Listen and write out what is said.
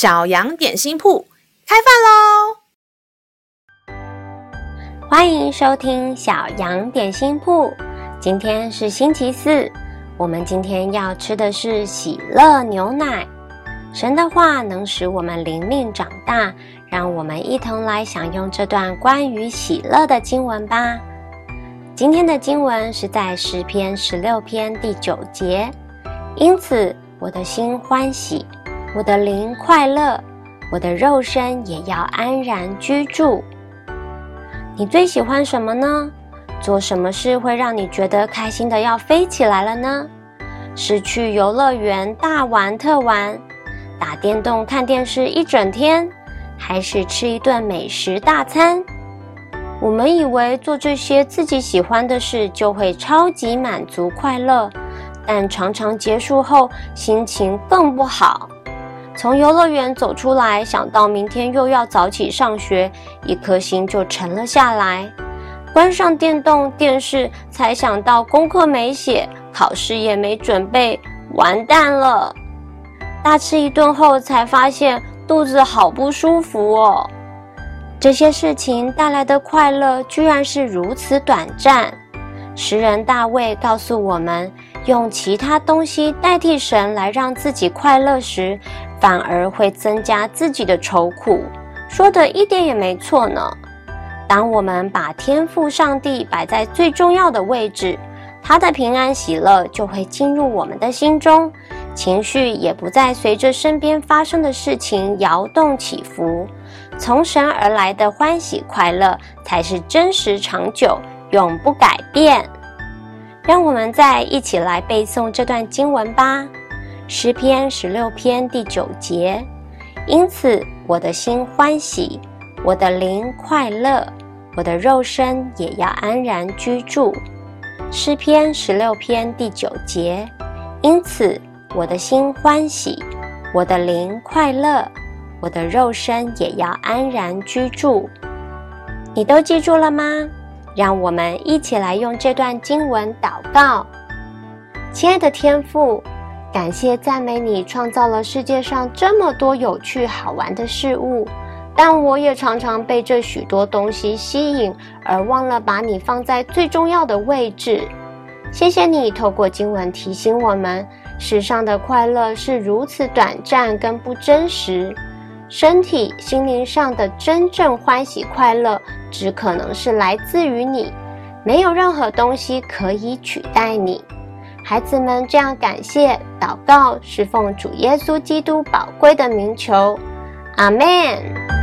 小羊点心铺开饭喽！ 欢迎收听小羊点心铺。今天是星期四，我们今天要吃的是喜乐牛奶。神的话能使我们灵命长大，让我们一同来享用这段关于喜乐的经文吧。今天的经文是在诗篇16篇第9节，因此我的心欢喜，我的灵快乐，我的肉身也要安然居住。你最喜欢什么呢？做什么事会让你觉得开心的要飞起来了呢？是去游乐园大玩特玩，打电动看电视一整天，还是吃一顿美食大餐？我们以为做这些自己喜欢的事就会超级满足快乐，但常常结束后心情更不好。从游乐园走出来，想到明天又要早起上学，一颗心就沉了下来。关上电动电视，才想到功课没写，考试也没准备，完蛋了。大吃一顿后，才发现肚子好不舒服哦。这些事情带来的快乐居然是如此短暂。诗人大卫告诉我们，用其他东西代替神来让自己快乐时，反而会增加自己的愁苦，说的一点也没错呢。当我们把天父上帝摆在最重要的位置，他的平安喜乐就会进入我们的心中，情绪也不再随着身边发生的事情摇动起伏。从神而来的欢喜快乐才是真实长久，永不改变。让我们再一起来背诵这段经文吧。诗篇16篇第9节，因此我的心欢喜，我的灵快乐，我的肉身也要安然居住。诗篇16篇第9节，因此我的心欢喜，我的灵快乐，我的肉身也要安然居住。你都记住了吗？让我们一起来用这段经文祷告。亲爱的天父，感谢赞美你创造了世界上这么多有趣好玩的事物，但我也常常被这许多东西吸引，而忘了把你放在最重要的位置。谢谢你透过经文提醒我们，世上的快乐是如此短暂跟不真实，身体心灵上的真正欢喜快乐只可能是来自于你，没有任何东西可以取代你。孩子们这样感谢祷告，是奉主耶稣基督宝贵的名求，阿们。